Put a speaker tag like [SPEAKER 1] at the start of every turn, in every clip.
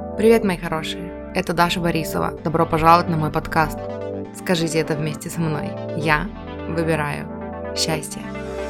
[SPEAKER 1] Привет, мои хорошие! Это Даша Борисова. Добро пожаловать на мой подкаст. Скажите это вместе со мной. Я выбираю счастье.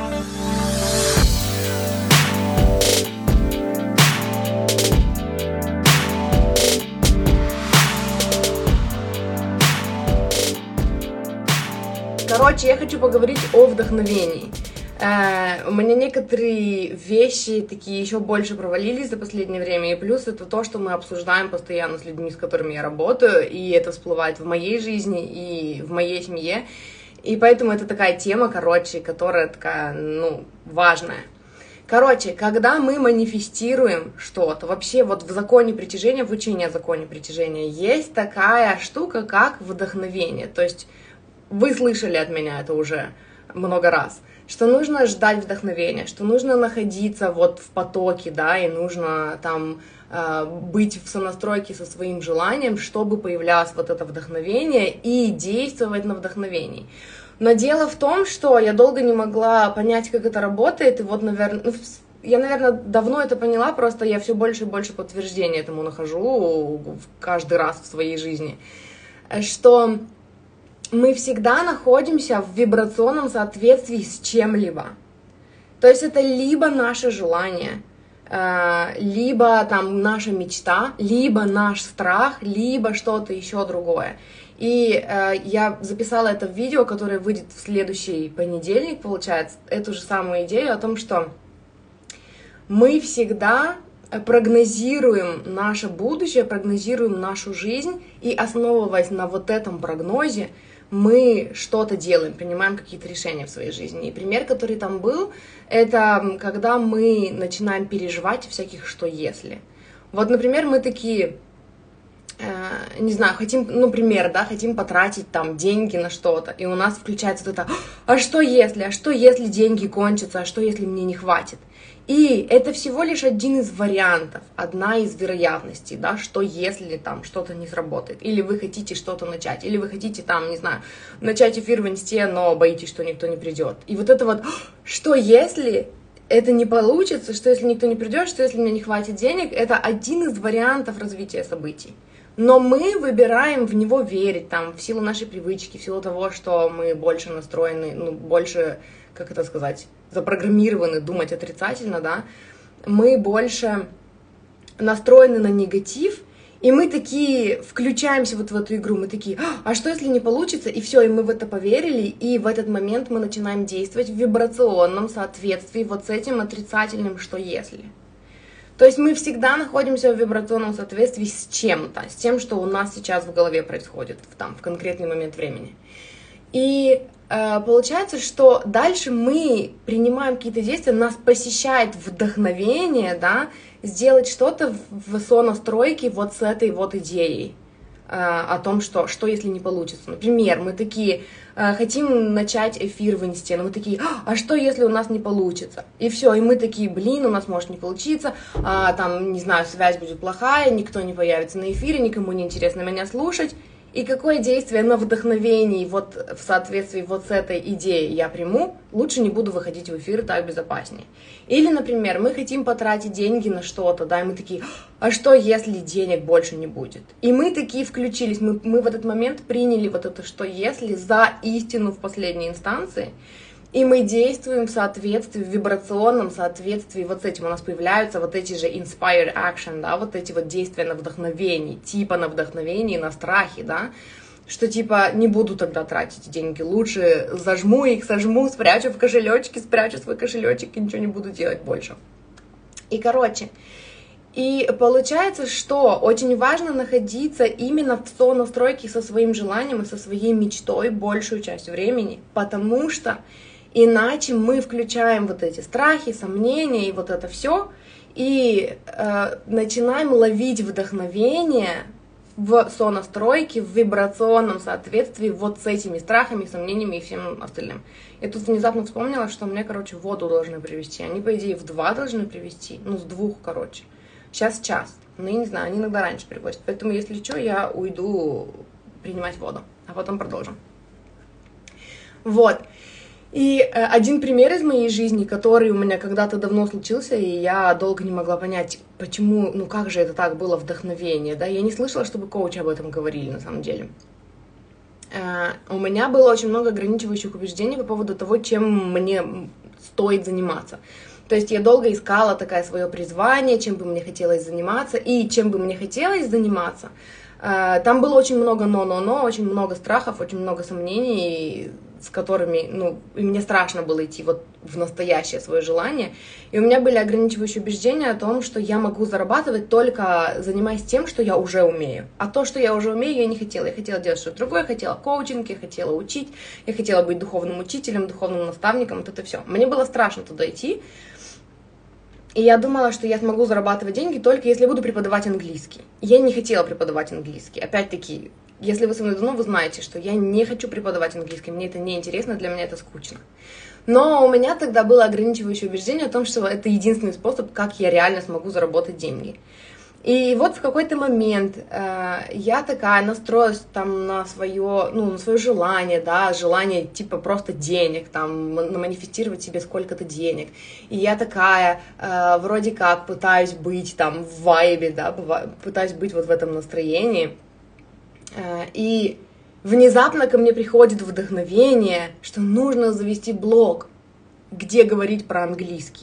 [SPEAKER 1] Короче, я хочу поговорить о вдохновении. У меня некоторые вещи такие еще больше провалились за последнее время, и плюс это то, что мы обсуждаем постоянно с людьми, с которыми я работаю, и это всплывает в моей жизни и в моей семье, и поэтому это такая тема, которая такая, важная. Когда мы манифестируем что-то, вообще вот в законе притяжения, в учении о законе притяжения есть такая штука, как вдохновение, то есть вы слышали от меня это уже много раз, что нужно ждать вдохновения, что нужно находиться вот в потоке, да, и нужно там быть в сонастройке со своим желанием, чтобы появлялось вот это вдохновение и действовать на вдохновении. Но дело в том, что я долго не могла понять, как это работает, и вот, наверное, давно это поняла, просто я все больше и больше подтверждений этому нахожу каждый раз в своей жизни, что мы всегда находимся в вибрационном соответствии с чем-либо. То есть это либо наше желание, либо там наша мечта, либо наш страх, либо что-то еще другое. И я записала это в видео, которое выйдет в следующий понедельник, получается, эту же самую идею о том, что мы всегда прогнозируем наше будущее, прогнозируем нашу жизнь, и основываясь на вот этом прогнозе, мы что-то делаем, принимаем какие-то решения в своей жизни. И пример, который там был, это когда мы начинаем переживать всяких «что если». Вот, например, мы такие, не знаю, хотим потратить там деньги на что-то, и у нас включается вот это а что если деньги кончатся, а что если мне не хватит? И это всего лишь один из вариантов, одна из вероятностей, да, что если там что-то не сработает, или вы хотите что-то начать, или вы хотите там, не знаю, начать эфир в инсте, но боитесь, что никто не придет. И вот это вот, что если это не получится, что если никто не придет, что если мне не хватит денег, это один из вариантов развития событий. Но мы выбираем в него верить, там, в силу нашей привычки, в силу того, что мы больше настроены, больше, запрограммированы думать отрицательно, да, мы больше настроены на негатив, и мы такие включаемся вот в эту игру, мы такие, а что если не получится, и все, и мы в это поверили, и в этот момент мы начинаем действовать в вибрационном соответствии вот с этим отрицательным «что если». То есть мы всегда находимся в вибрационном соответствии с чем-то, с тем, что у нас сейчас в голове происходит в конкретный момент времени. И получается, что дальше мы принимаем какие-то действия, нас посещает вдохновение, да, сделать что-то в сонастройке вот с этой вот идеей о том, что если не получится. Например, мы такие хотим начать эфир в инсте, но мы такие, а что если у нас не получится? И все, и мы такие, у нас может не получиться, там, не знаю, связь будет плохая, никто не появится на эфире, никому не интересно меня слушать. И какое действие на вдохновении вот в соответствии вот с этой идеей я приму, лучше не буду выходить в эфир, так безопаснее. Или, например, мы хотим потратить деньги на что-то, да, и мы такие, а что если денег больше не будет? И мы такие включились, мы в этот момент приняли вот это «что если» за истину в последней инстанции, и мы действуем в соответствии, в вибрационном соответствии вот с этим. У нас появляются вот эти же inspired action, да, вот эти вот действия на вдохновении, типа на вдохновении, на страхе, да, что типа не буду тогда тратить деньги, лучше зажму их, сожму, спрячу свой кошелечек и ничего не буду делать больше. И получается, что очень важно находиться именно в сонастройке со своим желанием и со своей мечтой большую часть времени, потому что иначе мы включаем вот эти страхи, сомнения и вот это все, и начинаем ловить вдохновение в сонастройке, в вибрационном соответствии вот с этими страхами, сомнениями и всем остальным. Я тут внезапно вспомнила, что мне, воду должны привезти. Они, по идее, в 2 должны привезти, с 2, Сейчас час. Я не знаю, они иногда раньше привозят. Поэтому, если что, я уйду принимать воду, а потом продолжим. Вот. И один пример из моей жизни, который у меня когда-то давно случился, и я долго не могла понять, почему, ну как же это так было вдохновение, да, я не слышала, чтобы коучи об этом говорили на самом деле. У меня было очень много ограничивающих убеждений по поводу того, чем мне стоит заниматься. То есть я долго искала такое свое призвание, чем бы мне хотелось заниматься, и чем бы мне хотелось заниматься. Там было очень много но, очень много страхов, очень много сомнений, с которыми, ну, и мне страшно было идти вот в настоящее свое желание. И у меня были ограничивающие убеждения о том, что я могу зарабатывать только занимаясь тем, что я уже умею. А то, что я уже умею, я не хотела. Я хотела делать что-то другое, я хотела коучинг, я хотела учить, я хотела быть духовным учителем, духовным наставником, вот это все. Мне было страшно туда идти. И я думала, что я смогу зарабатывать деньги только если буду преподавать английский. Я не хотела преподавать английский. Опять-таки, если вы со мной давно, вы знаете, что я не хочу преподавать английский. Мне это не интересно, для меня это скучно. Но у меня тогда было ограничивающее убеждение о том, что это единственный способ, как я реально смогу заработать деньги. И вот в какой-то момент я такая настроилась там на свое, ну, на свое желание, да, желание типа просто денег, там, манифестировать себе сколько-то денег. И я такая вроде как пытаюсь быть там в вайбе, да, пытаюсь быть вот в этом настроении. И внезапно ко мне приходит вдохновение, что нужно завести блог, где говорить про английский.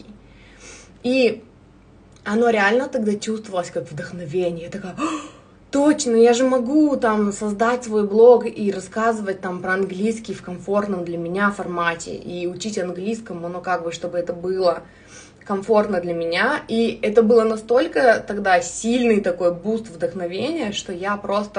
[SPEAKER 1] И оно реально тогда чувствовалось как вдохновение. Я такая, точно, я же могу там создать свой блог и рассказывать там про английский в комфортном для меня формате. И учить английскому, ну как бы, чтобы это было комфортно для меня. И это было настолько тогда сильный такой буст вдохновения, что я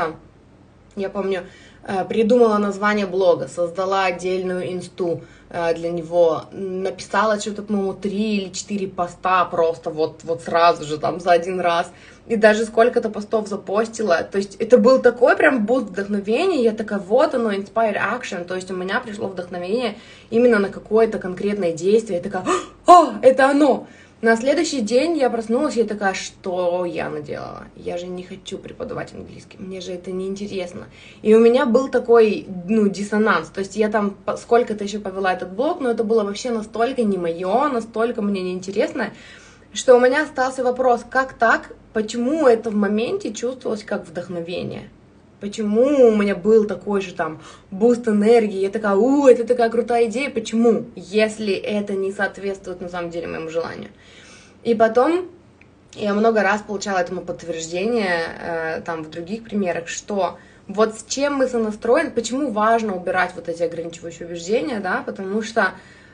[SPEAKER 1] помню, придумала название блога, создала отдельную инсту для него, написала что-то, по-моему, 3 или 4 поста просто вот сразу же, там, за один раз, и даже сколько-то постов запостила, то есть это был такой прям буст вдохновения, я такая, вот оно, inspired action, то есть у меня пришло вдохновение именно на какое-то конкретное действие, я такая, это оно! На следующий день я проснулась, и я такая, что я наделала? Я же не хочу преподавать английский, мне же это не интересно. И у меня был такой, диссонанс. То есть я там сколько-то еще повела этот блог, но это было вообще настолько не мое, настолько мне неинтересно, что у меня остался вопрос, как так, почему это в моменте чувствовалось как вдохновение? Почему у меня был такой же там буст энергии, я такая, это такая крутая идея, почему, если это не соответствует на самом деле моему желанию. И потом я много раз получала этому подтверждение там в других примерах, что вот с чем мы сонастроены, почему важно убирать вот эти ограничивающие убеждения, да, потому что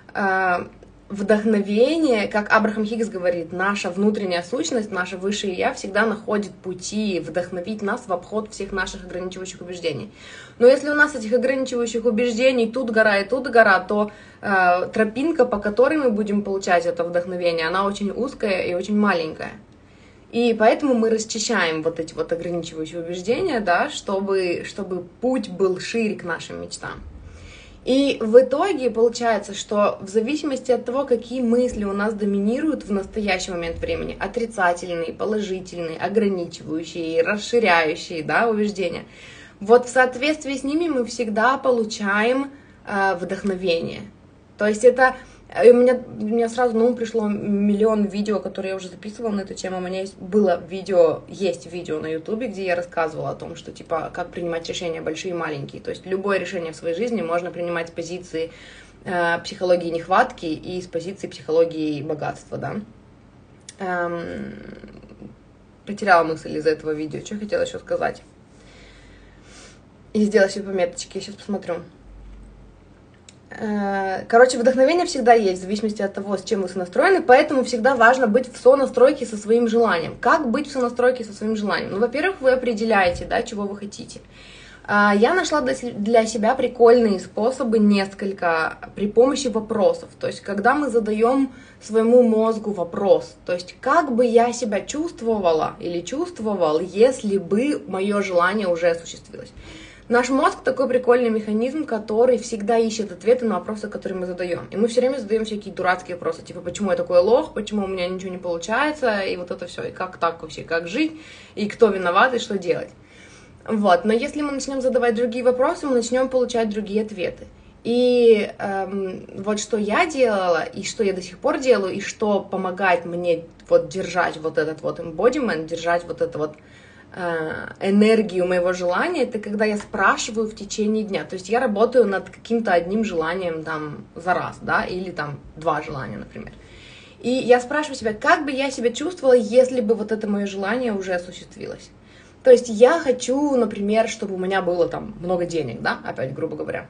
[SPEAKER 1] вдохновение, как Абрахам Хиггс говорит, наша внутренняя сущность, наше высшее я всегда находит пути вдохновить нас в обход всех наших ограничивающих убеждений. Но если у нас этих ограничивающих убеждений тут гора и тут гора, то тропинка, по которой мы будем получать это вдохновение, она очень узкая и очень маленькая. И поэтому мы расчищаем вот эти вот ограничивающие убеждения, да, чтобы путь был шире к нашим мечтам. И в итоге получается, что в зависимости от того, какие мысли у нас доминируют в настоящий момент времени, отрицательные, положительные, ограничивающие, расширяющие, да, убеждения, вот в соответствии с ними мы всегда получаем вдохновение. То есть это... У меня сразу на ум пришло миллион видео, которые я уже записывала на эту тему. У меня есть видео на ютубе, где я рассказывала о том, что, типа, как принимать решения большие и маленькие. То есть любое решение в своей жизни можно принимать с позиции психологии нехватки и с позиции психологии богатства, да. Потеряла мысль из-за этого видео. Что хотела еще сказать? И сделала себе пометочки, я сейчас посмотрю. Короче, вдохновение всегда есть, в зависимости от того, с чем вы сонастроены, поэтому всегда важно быть в сонастройке со своим желанием. Как быть в сонастройке со своим желанием? Ну, во-первых, вы определяете, да, чего вы хотите. Я нашла для себя прикольные способы несколько при помощи вопросов. То есть, когда мы задаем своему мозгу вопрос, то есть, как бы я себя чувствовала или чувствовал, если бы мое желание уже осуществилось. Наш мозг такой прикольный механизм, который всегда ищет ответы на вопросы, которые мы задаем. И мы все время задаем всякие дурацкие вопросы, типа, почему я такой лох, почему у меня ничего не получается, и вот это все, и как так вообще, как жить, и кто виноват, и что делать. Вот, но если мы начнем задавать другие вопросы, мы начнем получать другие ответы. И вот что я делала, и что я до сих пор делаю, и что помогает мне вот держать вот этот вот embodiment, держать вот это вот энергию моего желания, это когда я спрашиваю в течение дня. То есть я работаю над каким-то одним желанием там за раз, да, или там 2 желания, например. И я спрашиваю себя, как бы я себя чувствовала, если бы вот это мое желание уже осуществилось. То есть я хочу, например, чтобы у меня было там много денег, да, опять грубо говоря.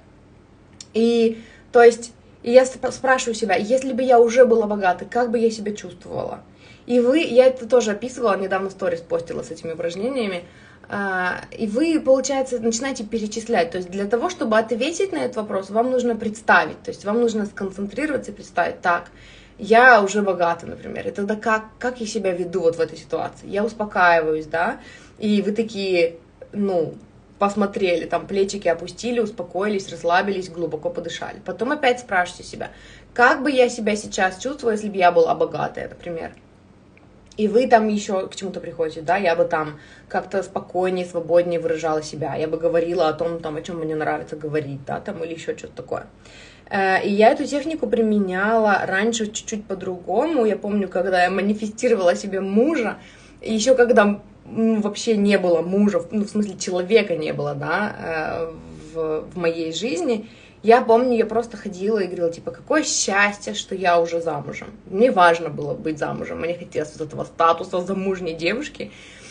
[SPEAKER 1] И то есть я спрашиваю себя, если бы я уже была богатой, как бы я себя чувствовала? И я это тоже описывала, недавно сторис постила с этими упражнениями, и вы, получается, начинаете перечислять. То есть для того, чтобы ответить на этот вопрос, вам нужно представить, то есть вам нужно сконцентрироваться и представить, так, я уже богата, например, и тогда как я себя веду вот в этой ситуации? Я успокаиваюсь, да, и вы такие, посмотрели, там плечики опустили, успокоились, расслабились, глубоко подышали. Потом опять спрашивайте себя, как бы я себя сейчас чувствовала, если бы я была богатая, например. И вы там еще к чему-то приходите, да, я бы там как-то спокойнее, свободнее выражала себя, я бы говорила о том, там, о чем мне нравится говорить, да, там, или еще что-то такое. И я эту технику применяла раньше чуть-чуть по-другому. Я помню, когда я манифестировала себе мужа, еще когда вообще не было мужа, в смысле человека не было, да, в моей жизни, я помню, я просто ходила и говорила, типа, какое счастье, что я уже замужем. Мне важно было быть замужем, мне хотелось вот этого статуса замужней девушки.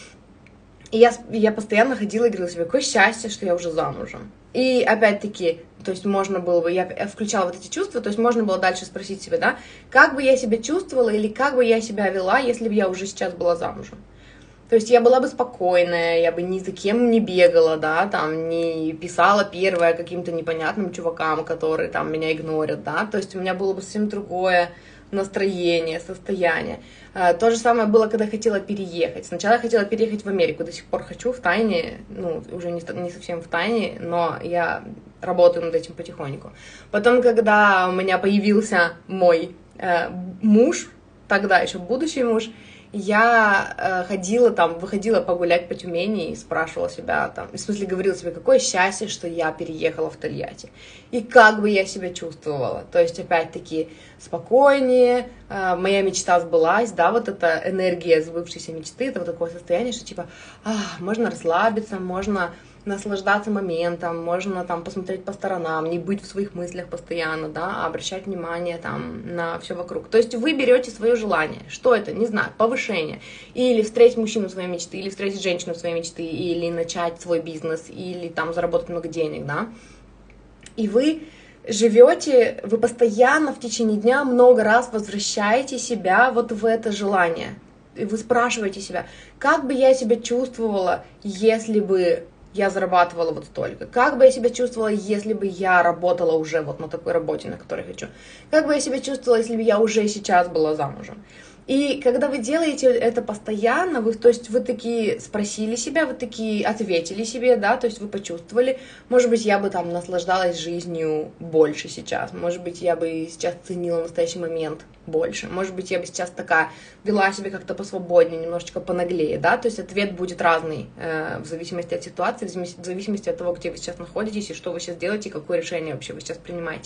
[SPEAKER 1] И я постоянно ходила и говорила себе, какое счастье, что я уже замужем. И опять-таки, то есть можно было бы, я включала вот эти чувства, то есть можно было дальше спросить себя, да, как бы я себя чувствовала или как бы я себя вела, если бы я уже сейчас была замужем. То есть я была бы спокойная, я бы ни за кем не бегала, да, там, не писала первое каким-то непонятным чувакам, которые там меня игнорят, да, то есть у меня было бы совсем другое настроение, состояние. То же самое было, когда хотела переехать. Сначала я хотела переехать в Америку, до сих пор хочу в тайне, уже не совсем в тайне, но я работаю над этим потихоньку. Потом, когда у меня появился мой муж, тогда еще будущий муж, я выходила погулять по Тюмени и спрашивала себя, там, в смысле говорила себе, какое счастье, что я переехала в Тольятти. И как бы я себя чувствовала. То есть, опять-таки, спокойнее, моя мечта сбылась, да, вот эта энергия сбывшейся мечты, это вот такое состояние, что типа, можно расслабиться, можно наслаждаться моментом, можно там посмотреть по сторонам, не быть в своих мыслях постоянно, да, а обращать внимание там на все вокруг. То есть вы берете свое желание. Что это? Не знаю, повышение. Или встретить мужчину своей мечты, или встретить женщину своей мечты, или начать свой бизнес, или там заработать много денег, да. И вы живете, вы постоянно в течение дня много раз возвращаете себя вот в это желание. И вы спрашиваете себя, как бы я себя чувствовала, если бы я зарабатывала вот столько? Как бы я себя чувствовала, если бы я работала уже вот на такой работе, на которой хочу? Как бы я себя чувствовала, если бы я уже сейчас была замужем? И когда вы делаете это постоянно, то есть вы такие спросили себя, вы такие ответили себе, да, то есть вы почувствовали, может быть, я бы там наслаждалась жизнью больше сейчас, может быть, я бы сейчас ценила настоящий момент больше, может быть, я бы сейчас такая вела себя как-то посвободнее, немножечко понаглее, да, то есть ответ будет разный в зависимости от ситуации, в зависимости от того, где вы сейчас находитесь и что вы сейчас делаете, какое решение вообще вы сейчас принимаете.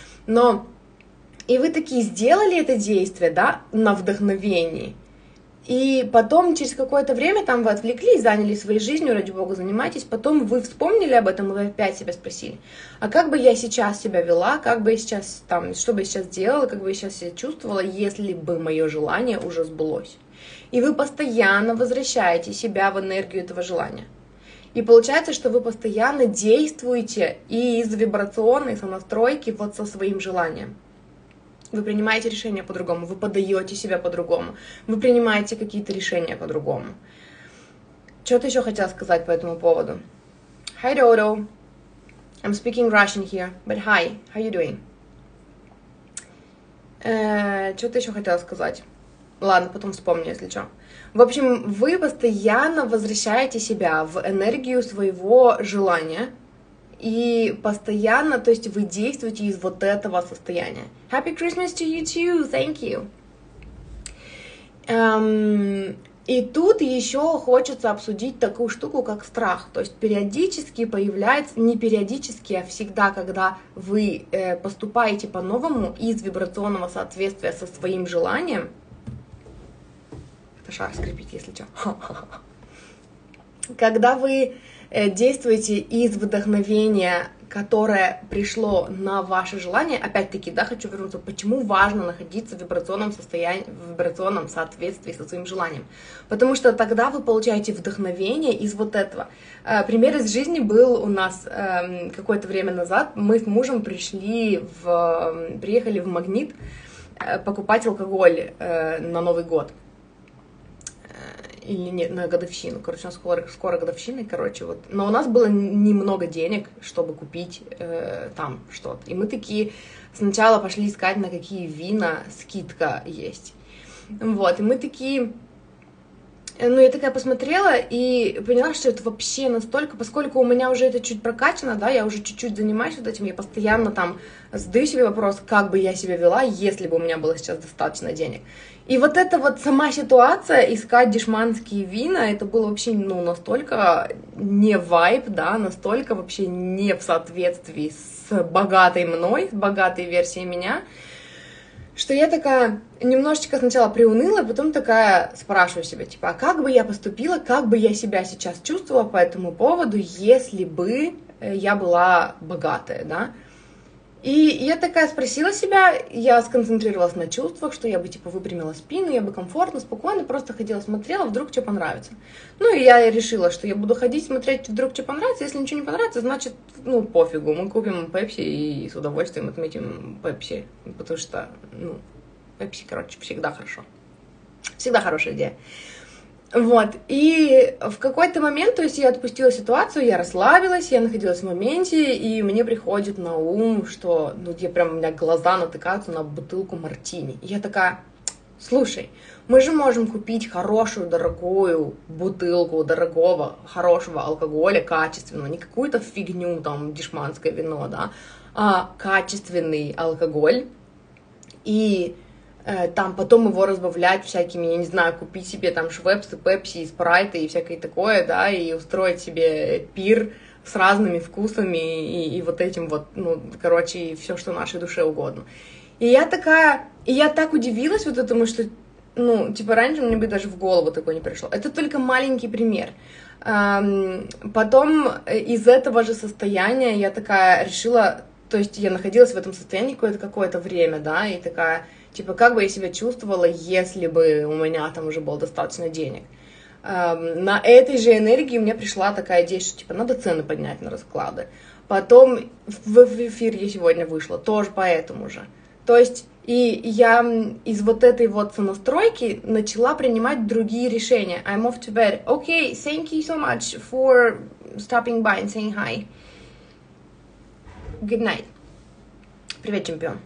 [SPEAKER 1] И вы такие сделали это действие, да, на вдохновении. И потом, через какое-то время, там вы отвлеклись, занялись своей жизнью, ради бога, занимаетесь. Потом вы вспомнили об этом, и вы опять себя спросили, а как бы я сейчас себя вела, как бы я сейчас, там, что бы я сейчас делала, как бы я сейчас себя чувствовала, если бы мое желание уже сбылось. И вы постоянно возвращаете себя в энергию этого желания. И получается, что вы постоянно действуете и из вибрационной сонастройки вот со своим желанием. Вы принимаете решения по-другому, вы подаете себя по-другому, вы принимаете какие-то решения по-другому. Что ты еще хотела сказать по этому поводу? Hi, Dodo. I'm speaking Russian here, but hi, how you doing? Что ты еще хотела сказать? Ладно, потом вспомню, если что. В общем, вы постоянно возвращаете себя в энергию своего желания, и постоянно, то есть вы действуете из вот этого состояния. Happy Christmas to you too, thank you. И тут еще хочется обсудить такую штуку, как страх. То есть периодически появляется, не периодически, а всегда, когда вы поступаете по-новому из вибрационного соответствия со своим желанием. Это шар скрипит, если что. Когда вы действуете из вдохновения, которое пришло на ваше желание, опять-таки, да, хочу вернуться, почему важно находиться в вибрационном состоянии, в вибрационном соответствии со своим желанием. Потому что тогда вы получаете вдохновение из вот этого. Пример из жизни был у нас какое-то время назад. Мы с мужем приехали в Магнит покупать алкоголь на Новый год. Или нет, на годовщину, короче, у нас скоро годовщина, короче, вот. Но у нас было немного денег, чтобы купить там что-то. И мы такие сначала пошли искать, на какие вина скидка есть. Вот, и мы такие... Ну, я такая посмотрела и поняла, что это вообще настолько, поскольку у меня уже это чуть прокачано, да, я уже чуть-чуть занимаюсь вот этим, я постоянно там задаю себе вопрос, как бы я себя вела, если бы у меня было сейчас достаточно денег. И вот эта вот сама ситуация, искать дешманские вина, это было вообще, ну, настолько не вайб, да, настолько вообще не в соответствии с богатой мной, с богатой версией меня, что я такая немножечко сначала приуныла, потом такая спрашиваю себя, типа, а как бы я поступила, как бы я себя сейчас чувствовала по этому поводу, если бы я была богатая, да? И я такая спросила себя, я сконцентрировалась на чувствах, что я бы, типа, выпрямила спину, я бы комфортно, спокойно просто ходила, смотрела, вдруг что понравится. Ну, и я решила, что я буду ходить, смотреть, вдруг что понравится, если ничего не понравится, значит, ну, пофигу, мы купим пепси и с удовольствием отметим пепси, потому что, ну, пепси, короче, всегда хорошо. Всегда хорошая идея. Вот, и в какой-то момент, то есть я отпустила ситуацию, я расслабилась, я находилась в моменте, и мне приходит на ум, что, ну, у меня глаза натыкаются на бутылку мартини. И я такая, слушай, мы же можем купить хорошую, дорогую бутылку дорогого, хорошего алкоголя, качественного, не какую-то фигню, там, дешманское вино, да, а качественный алкоголь, и... там потом его разбавлять всякими, я не знаю, купить себе там швепсы, пепси, спрайты и всякое такое, да, и устроить себе пир с разными вкусами и вот этим вот, ну, короче, все, что нашей душе угодно. И я так удивилась вот этому, что, ну, типа, раньше мне бы даже в голову такое не пришло. Это только маленький пример. Потом из этого же состояния я такая решила, то есть я находилась в этом состоянии какое-то время, да, и такая... Типа, как бы я себя чувствовала, если бы у меня там уже было достаточно денег. На этой же энергии у меня пришла такая идея, что, типа, надо цены поднять на расклады. Потом в эфир я сегодня вышла, тоже поэтому же. То есть, и я из вот этой вот сонастройки начала принимать другие решения. I'm off to bed. Okay, thank you so much for stopping by and saying hi. Good night. Привет, чемпион.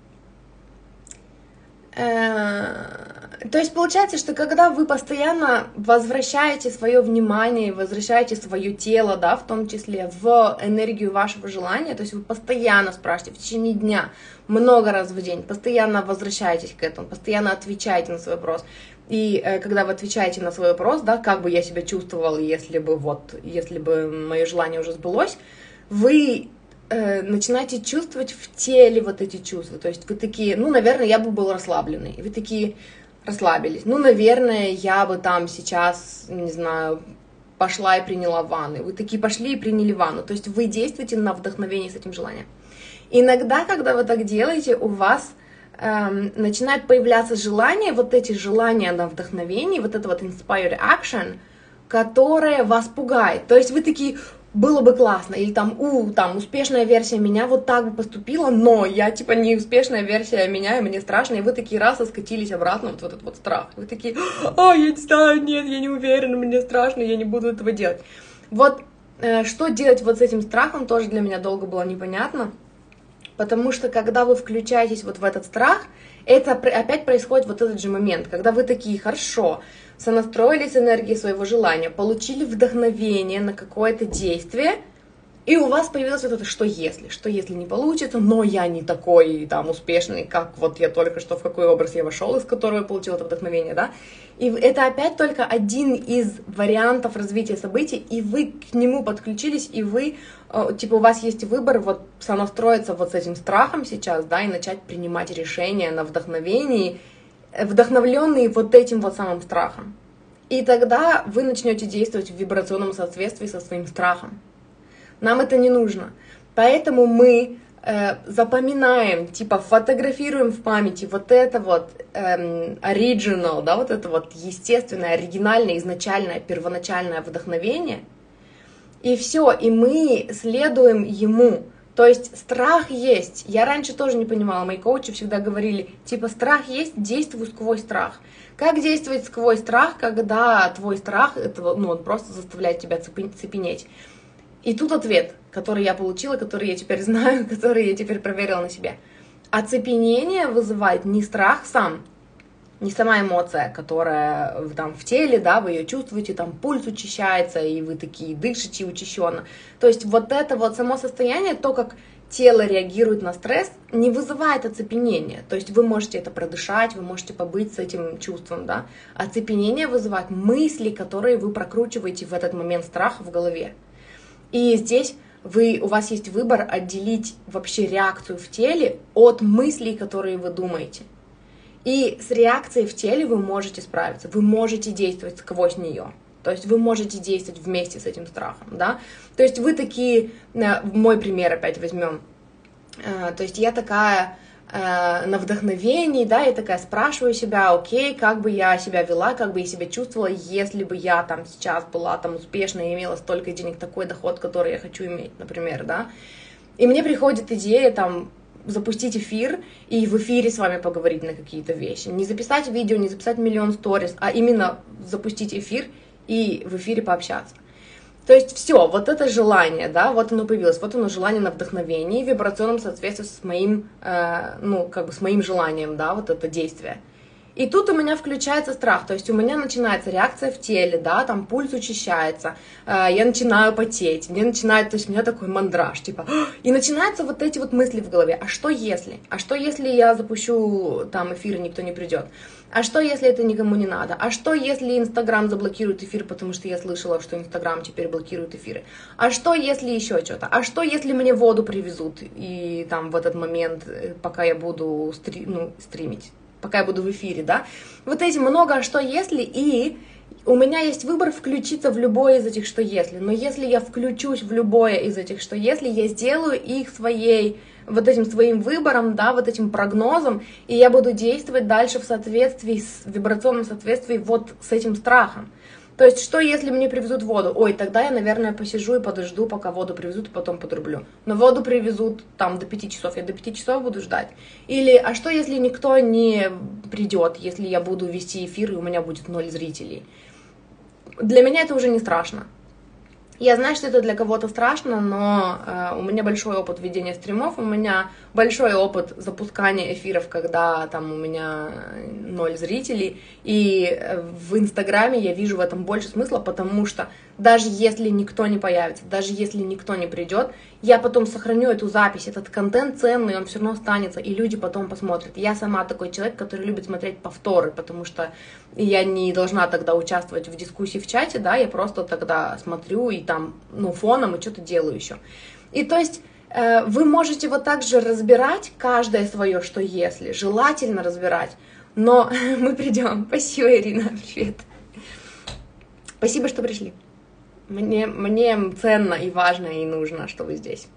[SPEAKER 1] То есть получается, что когда вы постоянно возвращаете свое внимание, возвращаете свое тело, да, в том числе в энергию вашего желания, то есть вы постоянно спрашиваете в течение дня, много раз в день, постоянно возвращаетесь к этому, постоянно отвечаете на свой вопрос. И когда вы отвечаете на свой вопрос, да, как бы я себя чувствовала, если бы мое желание уже сбылось, вы начинаете чувствовать в теле вот эти чувства. То есть вы такие, ну, наверное, я бы был расслабленный. И вы такие расслабились. Ну, наверное, я бы там сейчас, не знаю, пошла и приняла ванну. Вы такие пошли и приняли ванну. То есть вы действуете на вдохновении с этим желанием. Иногда, когда вы так делаете, у вас начинает появляться желание, вот эти желания на вдохновении, вот это вот inspired action, которое вас пугает. То есть вы такие... Было бы классно, или там, успешная версия меня вот так бы поступила, но я, типа, не успешная версия меня, и мне страшно, и вы такие раз скатились обратно, вот этот вот страх. Вы такие, я не знаю, нет, я не уверена, мне страшно, я не буду этого делать. Вот, что делать вот с этим страхом, тоже для меня долго было непонятно, потому что, когда вы включаетесь вот в этот страх, это опять происходит вот этот же момент, когда вы такие, хорошо, сонастроились энергией своего желания, получили вдохновение на какое-то действие, И у вас появилось вот это что если не получится, но я не такой там успешный, как вот я только что в какой образ я вошел, из которого я получил это вдохновение, да. И это опять только один из вариантов развития событий, и вы к нему подключились, и вы, типа, у вас есть выбор вот сонастроиться вот с этим страхом сейчас, да, и начать принимать решения на вдохновении, вдохновленные вот этим вот самым страхом. И тогда вы начнете действовать в вибрационном соответствии со своим страхом. Нам это не нужно. Поэтому мы запоминаем, типа фотографируем в памяти вот это вот original, да, вот это вот естественное, оригинальное, изначальное, первоначальное вдохновение. И все, и мы следуем ему. То есть страх есть. Я раньше тоже не понимала, мои коучи всегда говорили, типа страх есть, действуй сквозь страх. Как действовать сквозь страх, когда твой страх, это, ну, он просто заставляет тебя цепенеть? И тут ответ, который я получила, который я теперь знаю, который я теперь проверила на себе. Оцепенение вызывает не страх сам, не сама эмоция, которая там в теле, да, вы ее чувствуете, там пульс учащается, и вы такие дышите учащенно. То есть вот это вот само состояние, то, как тело реагирует на стресс, не вызывает оцепенения. То есть вы можете это продышать, вы можете побыть с этим чувством, да. Оцепенение вызывает мысли, которые вы прокручиваете в этот момент страха в голове. И здесь у вас есть выбор отделить вообще реакцию в теле от мыслей, которые вы думаете. И с реакцией в теле вы можете справиться, вы можете действовать сквозь нее. То есть вы можете действовать вместе с этим страхом, да. То есть вы такие, мой пример опять возьмем. То есть я такая на вдохновении, да, я такая спрашиваю себя, окей, как бы я себя вела, как бы я себя чувствовала, если бы я там сейчас была там успешна и имела столько денег, такой доход, который я хочу иметь, например, да. И мне приходит идея там запустить эфир и в эфире с вами поговорить на какие-то вещи. Не записать видео, не записать миллион сторис, а именно запустить эфир и в эфире пообщаться. То есть все, вот это желание, да, вот оно появилось, вот оно желание на вдохновении, в вибрационном соответствии с моим, ну, как бы с моим желанием, да, вот это действие. И тут у меня включается страх, то есть у меня начинается реакция в теле, да, там пульс учащается, я начинаю потеть, мне начинает, то есть у меня такой мандраж, типа, и начинаются вот эти вот мысли в голове, а что если? А что если я запущу там эфир и никто не придет? А что если это никому не надо? А что если Инстаграм заблокирует эфир, потому что я слышала, что Инстаграм теперь блокирует эфиры? А что если еще что-то? А что если мне воду привезут и там в этот момент, пока я буду стримить? Пока я буду в эфире, да, вот эти много «а что если», и у меня есть выбор включиться в любое из этих «что если», но если я включусь в любое из этих «что если», я сделаю их вот этим своим выбором, да, вот этим прогнозом, и я буду действовать дальше в соответствии, в вибрационном соответствии вот с этим страхом. То есть, что если мне привезут воду? Ой, тогда я, наверное, посижу и подожду, пока воду привезут, и потом подрублю. Но воду привезут там до 5 часов, я до 5 часов буду ждать. Или, а что если никто не придет, если я буду вести эфир, и у меня будет 0 зрителей? Для меня это уже не страшно. Я знаю, что это для кого-то страшно, но у меня большой опыт ведения стримов, у меня большой опыт запускания эфиров, когда там у меня 0 зрителей, и в Инстаграме я вижу в этом больше смысла, потому что даже если никто не появится, даже если никто не придет, я потом сохраню эту запись, этот контент ценный, он все равно останется, и люди потом посмотрят. Я сама такой человек, который любит смотреть повторы, потому что я не должна тогда участвовать в дискуссии в чате, да, я просто тогда смотрю и там, ну, фоном и что-то делаю еще. И то есть вы можете вот так же разбирать каждое свое, что если, желательно разбирать, но мы придем. Спасибо, Ирина, привет. Спасибо, что пришли. Мне ценно и важно и нужно, что вы здесь.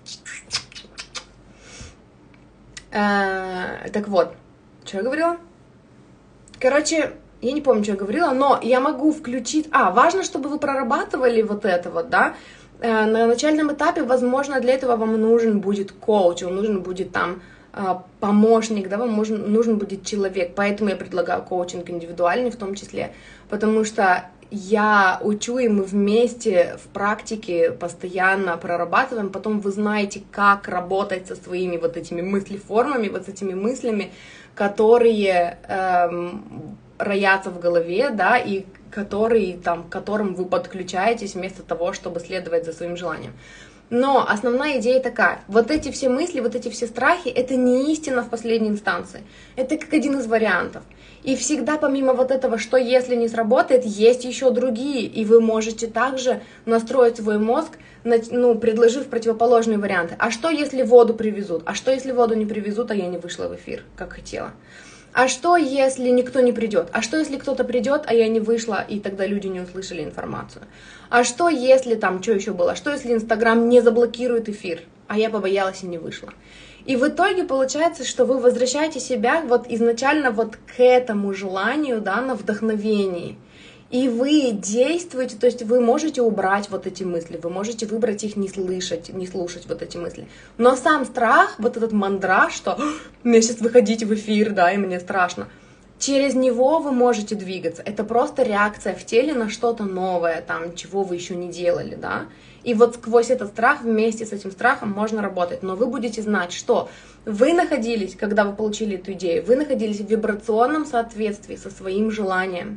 [SPEAKER 1] Так вот, что я говорила? Короче, я не помню, что я говорила, но я могу включить... важно, чтобы вы прорабатывали вот это вот, да. На начальном этапе, возможно, для этого вам нужен будет коуч, вам нужен будет там помощник, да, вам нужен будет человек. Поэтому я предлагаю коучинг индивидуальный в том числе, потому что я учу, и мы вместе в практике постоянно прорабатываем, потом вы знаете, как работать со своими вот этими мыслеформами, вот с этими мыслями, которые роятся в голове, да, и к которым вы подключаетесь вместо того, чтобы следовать за своим желанием. Но основная идея такая. Вот эти все мысли, вот эти все страхи, это не истина в последней инстанции. Это как один из вариантов. И всегда помимо вот этого, что если не сработает, есть еще другие. И вы можете также настроить свой мозг, предложив противоположные варианты. А что если воду привезут? А что если воду не привезут, а я не вышла в эфир, как хотела? А что если никто не придет? А что если кто-то придет, а я не вышла, и тогда люди не услышали информацию? А что если там, что еще было? А что если Инстаграм не заблокирует эфир, а я побоялась и не вышла? И в итоге получается, что вы возвращаете себя вот изначально вот к этому желанию, да, на вдохновении. И вы действуете, то есть вы можете убрать вот эти мысли, вы можете выбрать их не слышать, не слушать вот эти мысли. Но сам страх, вот этот мандраж, что мне сейчас выходить в эфир, да, и мне страшно, через него вы можете двигаться. Это просто реакция в теле на что-то новое, там, чего вы еще не делали, да. И вот сквозь этот страх, вместе с этим страхом можно работать. Но вы будете знать, что вы находились, когда вы получили эту идею, вы находились в вибрационном соответствии со своим желанием.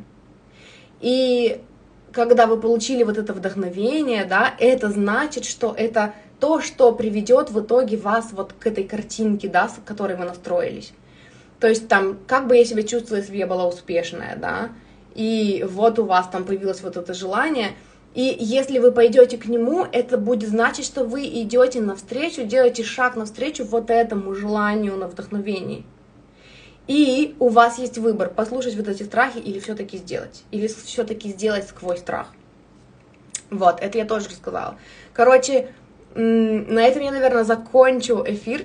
[SPEAKER 1] И когда вы получили вот это вдохновение, да, это значит, что это то, что приведет в итоге вас вот к этой картинке, да, с которой вы настроились. То есть там, как бы я себя чувствовала, если бы я была успешная, да, и вот у вас там появилось вот это желание, и если вы пойдете к нему, это будет значить, что вы идете навстречу, делаете шаг навстречу вот этому желанию на вдохновении. И у вас есть выбор, послушать вот эти страхи или все-таки сделать. Или все-таки сделать сквозь страх. Вот, это я тоже рассказала. Короче, на этом я, наверное, закончу эфир.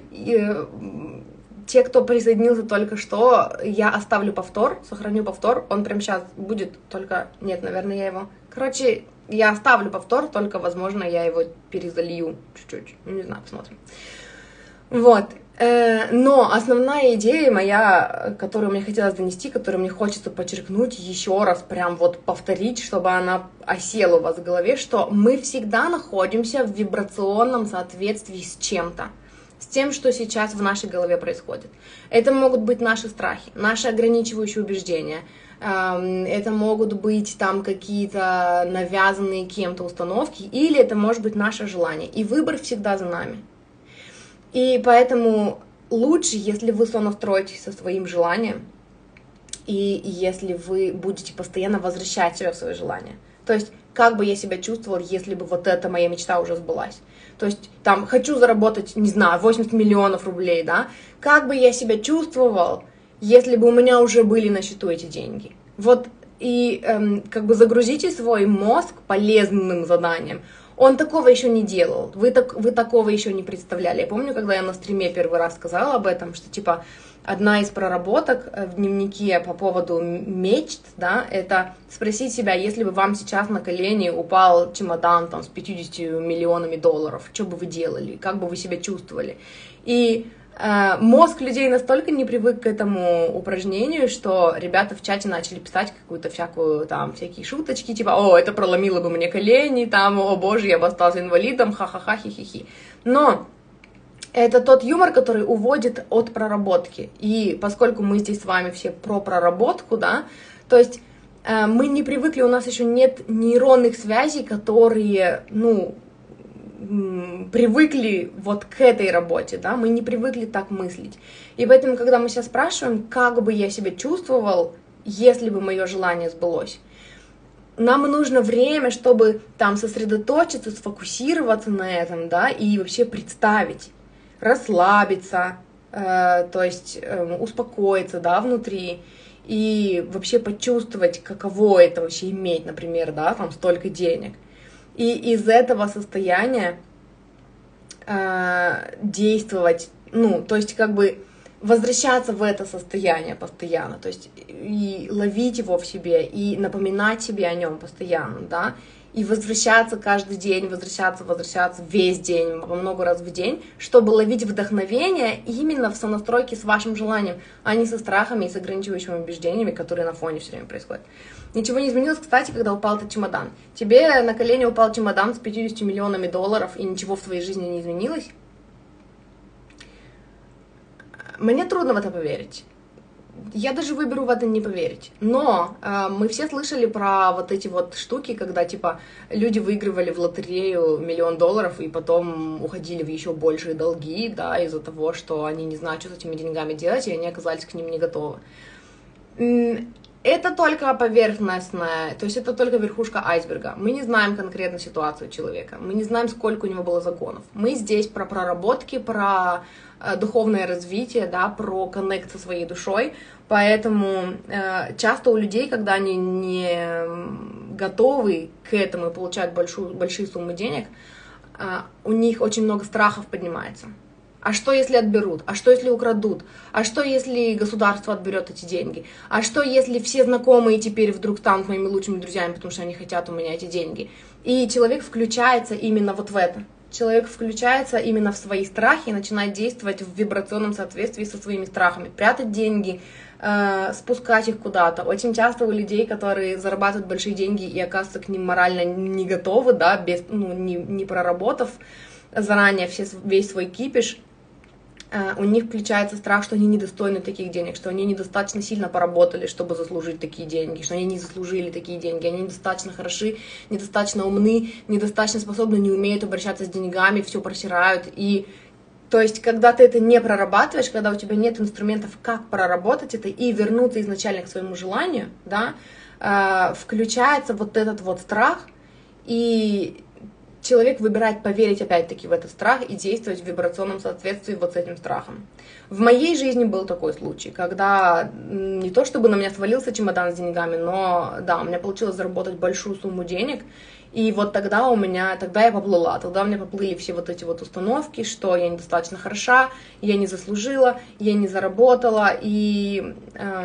[SPEAKER 1] Те, кто присоединился только что, я оставлю повтор, сохраню повтор. Он прямо сейчас будет, только... Нет, наверное, я его... Короче, я оставлю повтор, только, возможно, я его перезалью чуть-чуть. Не знаю, посмотрим. Вот. Но основная идея моя, которую мне хотелось донести, которую мне хочется подчеркнуть еще раз, прям вот повторить, чтобы она осела у вас в голове, что мы всегда находимся в вибрационном соответствии с чем-то, с тем, что сейчас в нашей голове происходит. Это могут быть наши страхи, наши ограничивающие убеждения, это могут быть там какие-то навязанные кем-то установки, или это может быть наше желание. И выбор всегда за нами. И поэтому лучше, если вы сонастроитесь со своим желанием, и если вы будете постоянно возвращать себя в свои желания. То есть, как бы я себя чувствовала, если бы вот эта моя мечта уже сбылась. То есть, там, хочу заработать, не знаю, 80 миллионов рублей, да? Как бы я себя чувствовал, если бы у меня уже были на счету эти деньги? Вот, и как бы загрузите свой мозг полезным заданием. Он такого еще не делал, вы такого еще не представляли. Я помню, когда я на стриме первый раз сказала об этом, что типа одна из проработок в дневнике по поводу мечт, да, это спросить себя, если бы вам сейчас на колени упал чемодан там с 50 миллионами долларов, что бы вы делали, как бы вы себя чувствовали. И мозг людей настолько не привык к этому упражнению, что ребята в чате начали писать какую-то всякие шуточки, типа, о, это проломило бы мне колени, там, о боже, я бы остался инвалидом, ха-ха-ха, хи-хи-хи. Но это тот юмор, который уводит от проработки. И поскольку мы здесь с вами все про проработку, да, то есть мы не привыкли, у нас еще нет нейронных связей, которые, привыкли вот к этой работе, да, мы не привыкли так мыслить. И поэтому, когда мы сейчас спрашиваем, как бы я себя чувствовал, если бы мое желание сбылось, нам нужно время, чтобы там сосредоточиться, сфокусироваться на этом, да, и вообще представить, расслабиться, то есть успокоиться, да, внутри, и вообще почувствовать, каково это вообще иметь, например, да, там столько денег. И из этого состояния действовать, то есть как бы возвращаться в это состояние постоянно, то есть и ловить его в себе, и напоминать себе о нем постоянно, да, и возвращаться каждый день, возвращаться весь день, много раз в день, чтобы ловить вдохновение именно в сонастройке с вашим желанием, а не со страхами и с ограничивающими убеждениями, которые на фоне все время происходят. Ничего не изменилось, кстати, когда упал этот чемодан. Тебе на колени упал чемодан с 50 миллионами долларов, и ничего в твоей жизни не изменилось? Мне трудно в это поверить. я даже выберу в это не поверить. Но мы все слышали про вот эти вот штуки, когда, типа, люди выигрывали в лотерею $1 миллион и потом уходили в еще большие долги, да, из-за того, что они не знают, что с этими деньгами делать, и они оказались к ним не готовы. Это только поверхностное, то есть это только верхушка айсберга. Мы не знаем конкретно ситуацию человека, мы не знаем, сколько у него было загонов. Мы здесь про проработки, про духовное развитие, да, про коннект со своей душой. Поэтому часто у людей, когда они не готовы к этому и получают большие суммы денег, у них очень много страхов поднимается. А что, если отберут? А что, если украдут? А что, если государство отберет эти деньги? А что, если все знакомые теперь вдруг станут моими лучшими друзьями, потому что они хотят у меня эти деньги? И человек включается именно вот в это. Человек включается именно в свои страхи и начинает действовать в вибрационном соответствии со своими страхами. Прятать деньги, спускать их куда-то. Очень часто у людей, которые зарабатывают большие деньги и оказываются к ним морально не готовы, да, без, не проработав заранее весь свой кипиш, у них включается страх, что они недостойны таких денег, что они недостаточно сильно поработали, чтобы заслужить такие деньги, что они не заслужили такие деньги, они недостаточно хороши, недостаточно умны, недостаточно способны, не умеют обращаться с деньгами, все просирают. И то есть, когда ты это не прорабатываешь, когда у тебя нет инструментов, как проработать это и вернуться изначально к своему желанию, да, включается вот этот вот страх, и человек выбирает поверить опять-таки в этот страх и действовать в вибрационном соответствии вот с этим страхом. В моей жизни был такой случай, когда не то чтобы на меня свалился чемодан с деньгами, но да, у меня получилось заработать большую сумму денег, и вот тогда я поплыла, тогда у меня поплыли все вот эти вот установки, что я недостаточно хороша, я не заслужила, я не заработала, и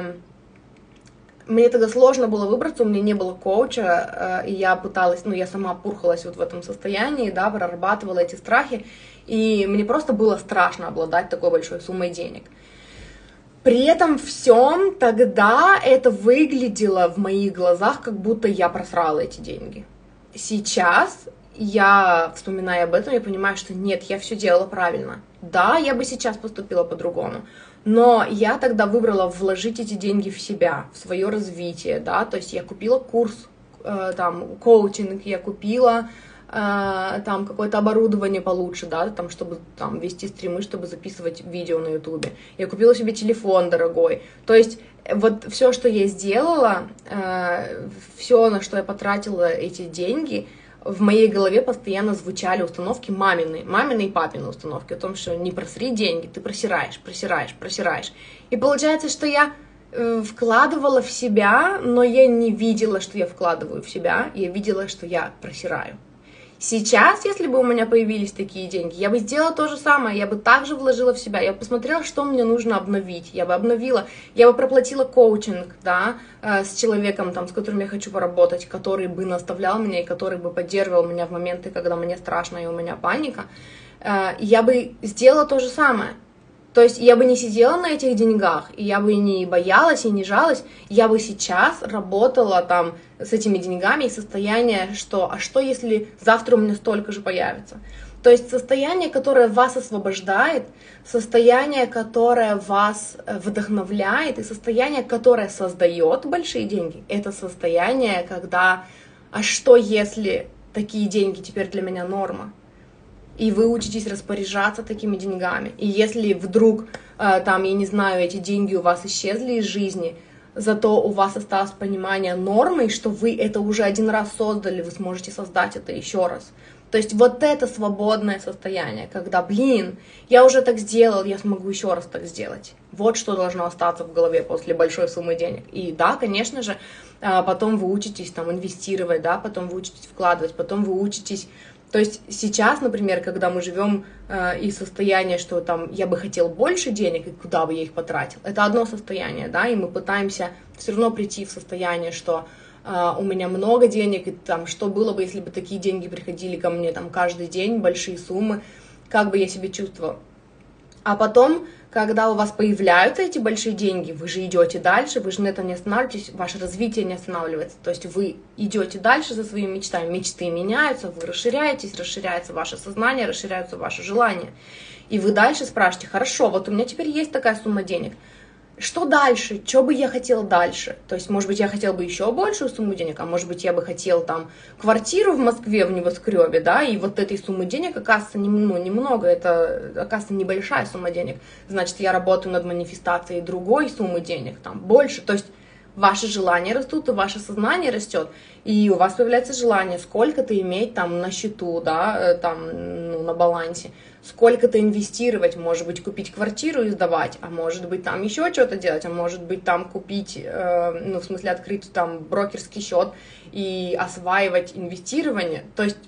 [SPEAKER 1] мне тогда сложно было выбраться, у меня не было коуча, и я пыталась, я сама пурхалась вот в этом состоянии, да, прорабатывала эти страхи, и мне просто было страшно обладать такой большой суммой денег. При этом всем тогда это выглядело в моих глазах, как будто я просрала эти деньги. Сейчас я, вспоминая об этом, я понимаю, что нет, я все делала правильно. Да, я бы сейчас поступила по-другому. Но я тогда выбрала вложить эти деньги в себя, в свое развитие, да, то есть я купила курс, там, коучинг, я купила там какое-то оборудование получше, да, там, чтобы там вести стримы, чтобы записывать видео на ютубе. Я купила себе телефон дорогой. То есть вот все, что я сделала, все, на что я потратила эти деньги, в моей голове постоянно звучали установки мамины и папины установки о том, что не просри деньги, ты просираешь. И получается, что я вкладывала в себя, но я не видела, что я вкладываю в себя, я видела, что я просираю. Сейчас, если бы у меня появились такие деньги, я бы сделала то же самое, я бы также вложила в себя, я бы посмотрела, что мне нужно обновить, я бы обновила, я бы проплатила коучинг, да, с человеком, там, с которым я хочу поработать, который бы наставлял меня и который бы поддерживал меня в моменты, когда мне страшно и у меня паника, я бы сделала то же самое. То есть я бы не сидела на этих деньгах, и я бы не боялась и не жалась, я бы сейчас работала там с этими деньгами и состояние, что, а что если завтра у меня столько же появится? То есть состояние, которое вас освобождает, состояние, которое вас вдохновляет, и состояние, которое создает большие деньги, это состояние, когда, а что если такие деньги теперь для меня норма? И вы учитесь распоряжаться такими деньгами. И если вдруг, там, я не знаю, эти деньги у вас исчезли из жизни, зато у вас осталось понимание нормы, что вы это уже один раз создали, вы сможете создать это еще раз. То есть вот это свободное состояние, когда, я уже так сделал, я смогу еще раз так сделать. Вот что должно остаться в голове после большой суммы денег. И да, конечно же, потом вы учитесь там инвестировать, да, потом вы учитесь вкладывать, потом вы учитесь. То есть сейчас, например, когда мы живем из состояния, что там я бы хотел больше денег, и куда бы я их потратил, это одно состояние, да, и мы пытаемся все равно прийти в состояние, что у меня много денег, и там, что было бы, если бы такие деньги приходили ко мне там каждый день, большие суммы, как бы я себя чувствовала. А потом, когда у вас появляются эти большие деньги, вы же идете дальше, вы же на этом не останавливаетесь, ваше развитие не останавливается. То есть вы идете дальше за своими мечтами, мечты меняются, вы расширяетесь, расширяется ваше сознание, расширяются ваши желания. И вы дальше спрашиваете, хорошо, вот у меня теперь есть такая сумма денег, что дальше, что бы я хотела дальше, то есть, может быть, я хотела бы еще большую сумму денег, а может быть, я бы хотела там квартиру в Москве в небоскребе, да, и вот этой суммы денег, оказывается, немного, это, оказывается, небольшая сумма денег, значит, я работаю над манифестацией другой суммы денег, там, больше, то есть, ваши желания растут, и ваше сознание растет, и у вас появляется желание сколько-то иметь там на счету, да, там, ну, на балансе, сколько-то инвестировать, может быть, купить квартиру и сдавать, а может быть, там еще что-то делать, а может быть, там купить, ну, в смысле, открыть там брокерский счет и осваивать инвестирование, то есть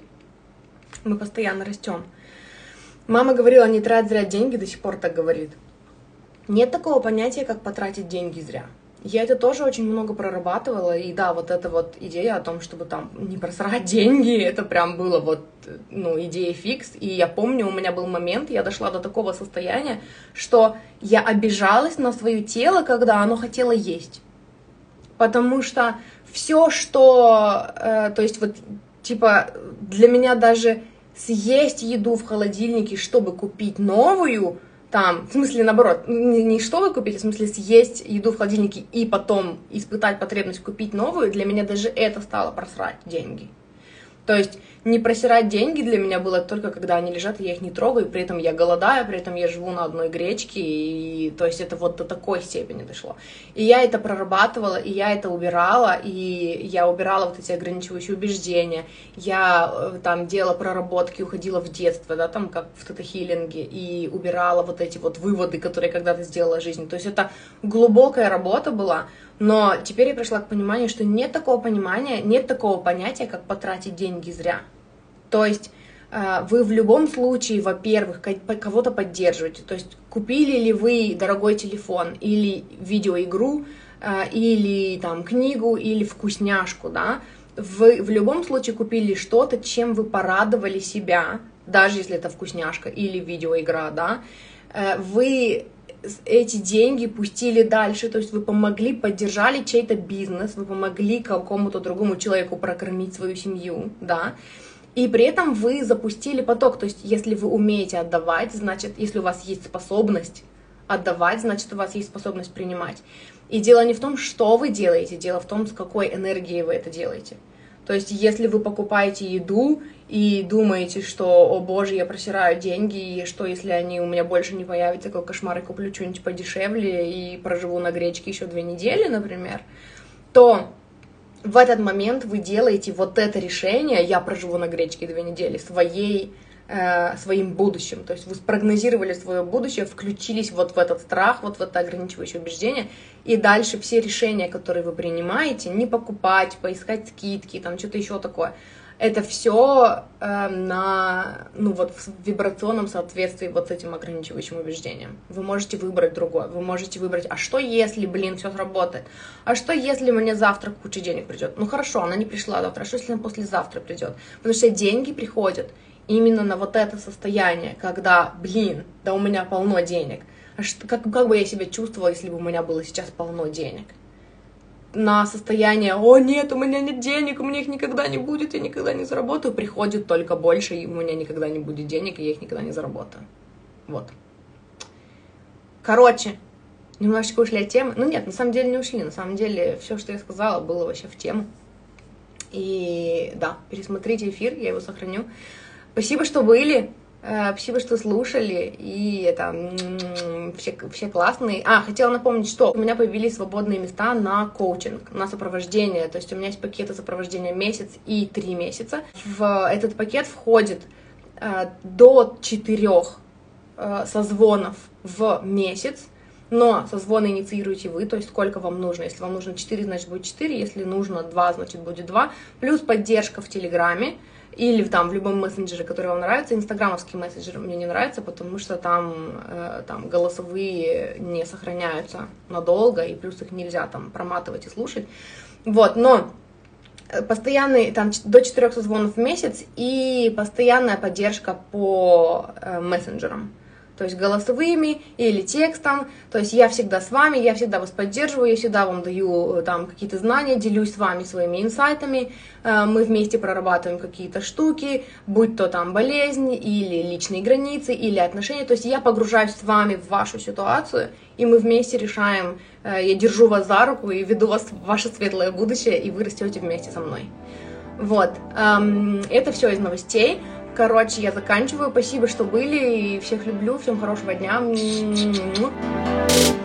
[SPEAKER 1] мы постоянно растем. Мама говорила, не трать зря деньги, до сих пор так говорит. Нет такого понятия, как потратить деньги зря. Я это тоже очень много прорабатывала, и да, вот эта вот идея о том, чтобы там не просрать деньги, это прям было вот, ну, идея фикс, и я помню, у меня был момент, я дошла до такого состояния, что я обижалась на свое тело, когда оно хотело есть, потому что все, что, то есть вот, типа, для меня даже съесть еду в холодильнике, чтобы купить новую, там, в смысле, наоборот, не чтобы купить, а в смысле съесть еду в холодильнике и потом испытать потребность купить новую, для меня даже это стало просрать деньги. То есть не просирать деньги для меня было только когда они лежат, и я их не трогаю, и при этом я голодаю, при этом я живу на одной гречке, и то есть это вот до такой степени дошло. И я это прорабатывала, и я это убирала, и я убирала вот эти ограничивающие убеждения, я там делала проработки, уходила в детство, да, там как в тета-хиллинге, и убирала вот эти вот выводы, которые когда-то сделала в жизни. То есть это глубокая работа была. Но теперь я пришла к пониманию, что нет такого понимания, нет такого понятия, как потратить деньги зря. То есть вы в любом случае, во-первых, кого-то поддерживаете. То есть купили ли вы дорогой телефон или видеоигру, или там книгу, или вкусняшку, да? Вы в любом случае купили что-то, чем вы порадовали себя, даже если это вкусняшка или видеоигра, да? Вы эти деньги пустили дальше, то есть вы помогли, поддержали чей-то бизнес, вы помогли какому-то другому человеку прокормить свою семью, да, и при этом вы запустили поток, то есть если вы умеете отдавать, значит, если у вас есть способность отдавать, значит, у вас есть способность принимать. И дело не в том, что вы делаете, дело в том, с какой энергией вы это делаете. То есть, если вы покупаете еду и думаете, что, о боже, я просираю деньги, и что, если они у меня больше не появятся, какой кошмар, я куплю что-нибудь подешевле и проживу на гречке еще 2 недели, например, то в этот момент вы делаете вот это решение, я проживу на гречке 2 недели, своим будущим. То есть вы спрогнозировали свое будущее, включились вот в этот страх, вот в это ограничивающее убеждение, и дальше все решения, которые вы принимаете, не покупать, поискать скидки, там что-то еще такое, это все вот в вибрационном соответствии вот с этим ограничивающим убеждением. Вы можете выбрать другое, вы можете выбрать, а что если, все сработает? А что если мне завтра куча денег придет? Ну хорошо, она не пришла завтра, а что если она послезавтра придет? Потому что деньги приходят именно на вот это состояние, когда, да у меня полно денег. А как бы я себя чувствовала, если бы у меня было сейчас полно денег? На состояние, о нет, у меня нет денег, у меня их никогда не будет, я никогда не заработаю, приходит только больше, и у меня никогда не будет денег, и я их никогда не заработаю. Вот. Короче, немножечко ушли от темы. Ну нет, на самом деле не ушли, на самом деле все, что я сказала, было вообще в тему. И да, пересмотрите эфир, я его сохраню. Спасибо, что были, спасибо, что слушали, и это все классные. Хотела напомнить, что у меня появились свободные места на коучинг, на сопровождение, то есть у меня есть пакеты сопровождения месяц и 3 месяца. В этот пакет входит до 4 созвонов в месяц, но созвоны инициируете вы, то есть сколько вам нужно. Если вам нужно 4, значит будет 4, если нужно 2, значит будет 2, плюс поддержка в Телеграме, или там в любом мессенджере, который вам нравится. Инстаграмовский мессенджер мне не нравится, потому что там голосовые не сохраняются надолго, и плюс их нельзя там проматывать и слушать. Вот, но постоянный, там, до 4 созвонов в месяц и постоянная поддержка по мессенджерам. то есть голосовыми или текстом, то есть я всегда с вами, я всегда вас поддерживаю, я всегда вам даю там какие-то знания, делюсь с вами своими инсайтами, мы вместе прорабатываем какие-то штуки, будь то там болезнь или личные границы, или отношения, то есть я погружаюсь с вами в вашу ситуацию, и мы вместе решаем, я держу вас за руку и веду вас в ваше светлое будущее, и вы растете вместе со мной. Вот, это все из новостей. Короче, я заканчиваю. Спасибо, что были, и всех люблю, всем хорошего дня.